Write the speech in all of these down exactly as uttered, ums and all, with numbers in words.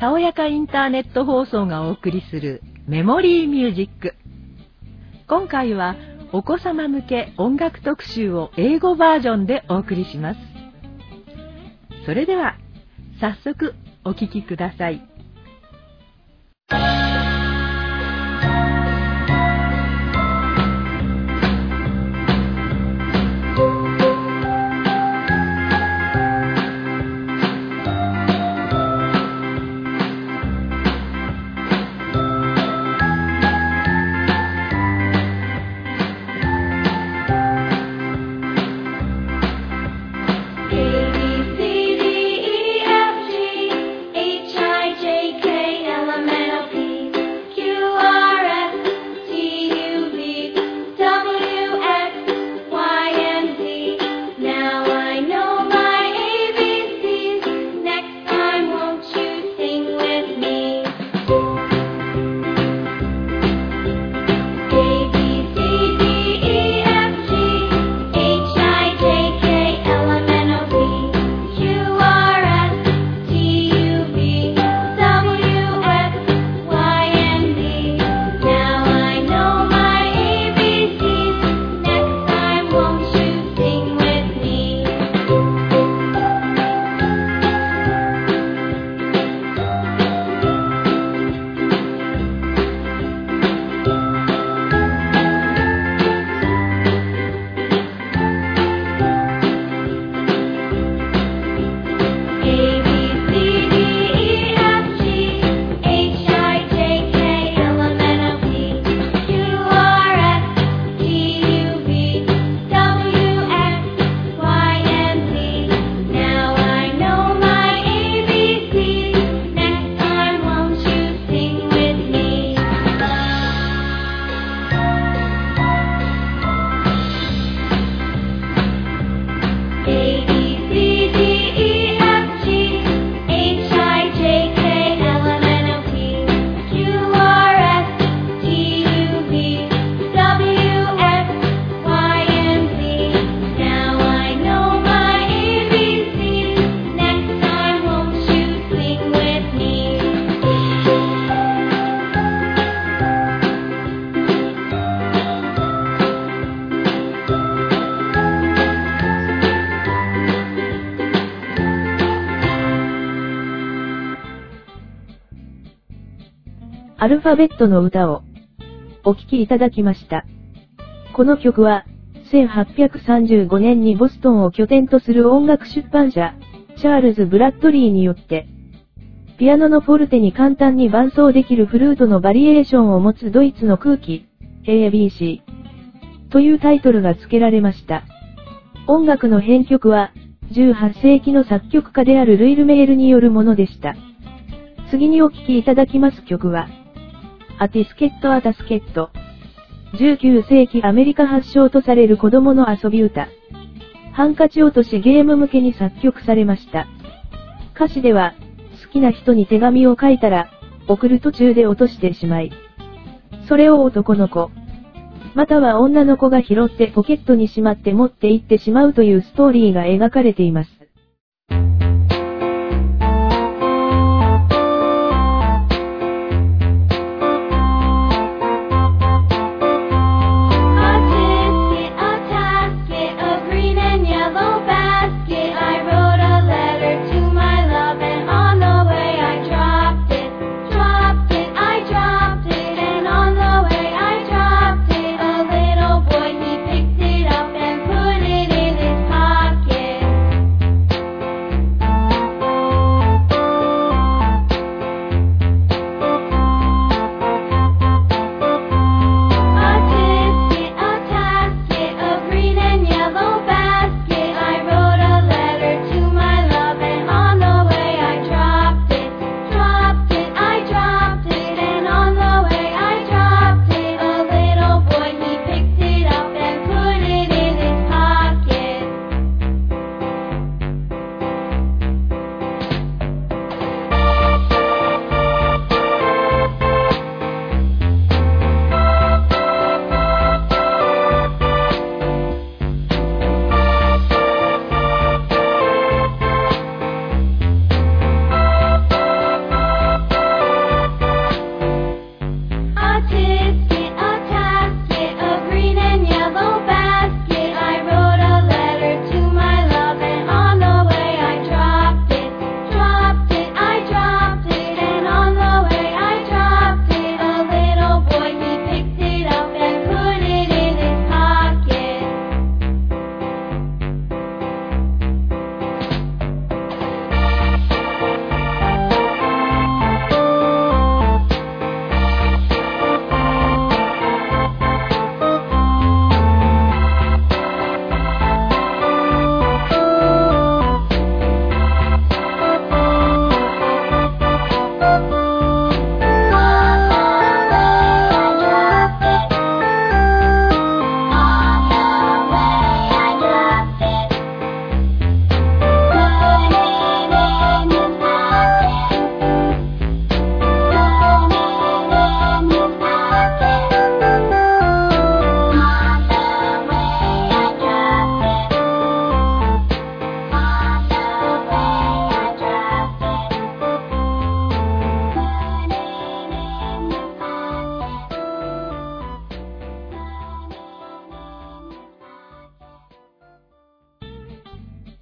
たおやかインターネット放送がお送りするメモリーミュージック。今回はお子様向け音楽特集を英語バージョンでお送りします。それでは早速お聴きください。 アルファベットの歌をお聴きいただきました。この曲はせんはっぴゃくさんじゅうごねんにボストンを拠点とする音楽出版社、チャールズ・ブラッドリーによって、ピアノのフォルテに簡単に伴奏できるフルートのバリエーションを持つドイツの空気、エービーシー というタイトルが付けられました。音楽の編曲はじゅうはっせいきの作曲家であるルイ・ルメールによるものでした。次にお聴きいただきます曲は、アティスケット・アタスケット。じゅうきゅうせいきアメリカ発祥とされる子供の遊び歌。ハンカチ落としゲーム向けに作曲されました。歌詞では、好きな人に手紙を書いたら、送る途中で落としてしまい、それを男の子、または女の子が拾ってポケットにしまって持って行ってしまうというストーリーが描かれています。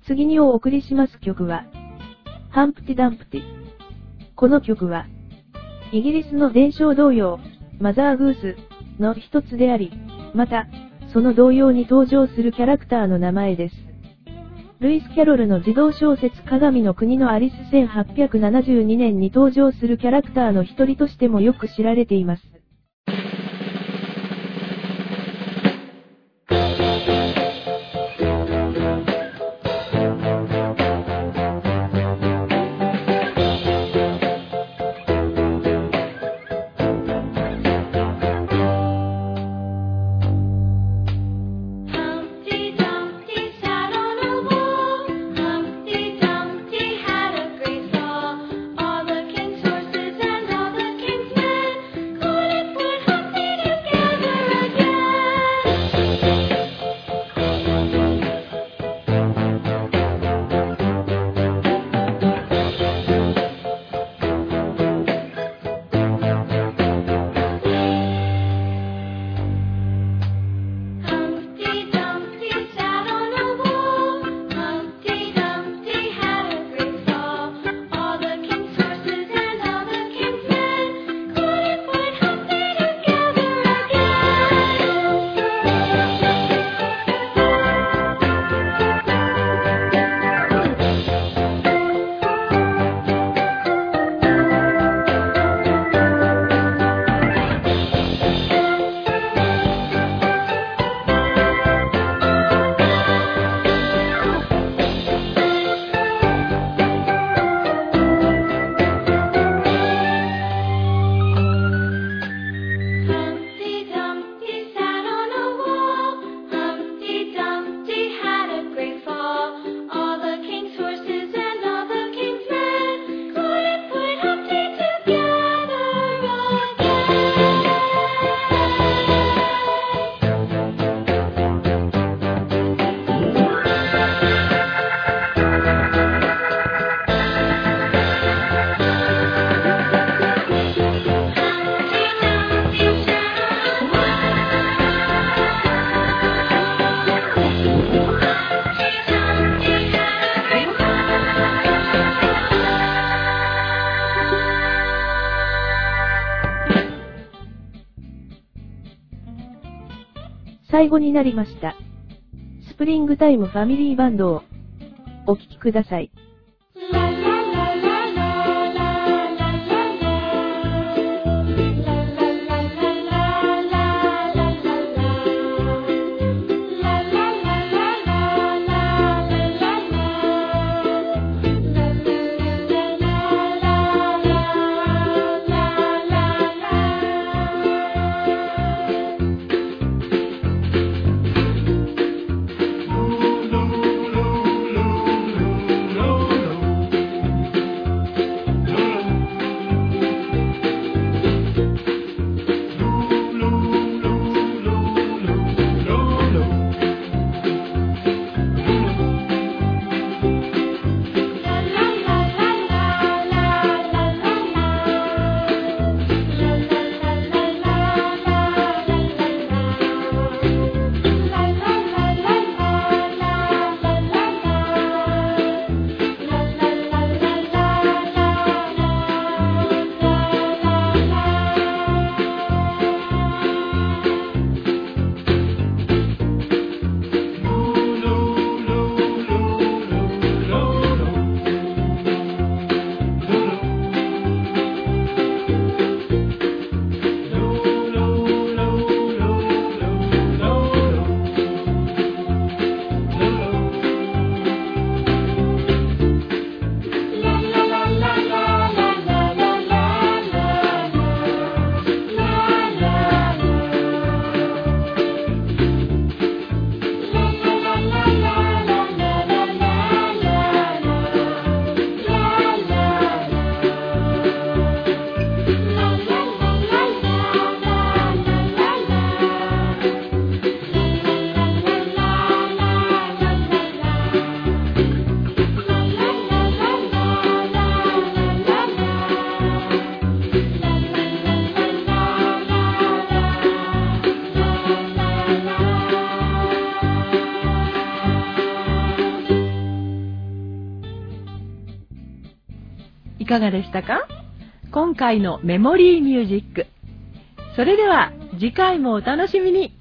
次にお送りします曲は、ハンプティ・ダンプティ。この曲は、イギリスの伝承童謡、マザー・グースの一つであり、また、その童謡に登場するキャラクターの名前です。ルイス・キャロルの児童小説鏡の国のアリスせんはっぴゃくななじゅうにねんに登場するキャラクターの一人としてもよく知られています。最後になりました。スプリングタイムファミリーバンドをお聴きください。 かがでしたか？今回のメモリーミュージック。それでは次回もお楽しみに。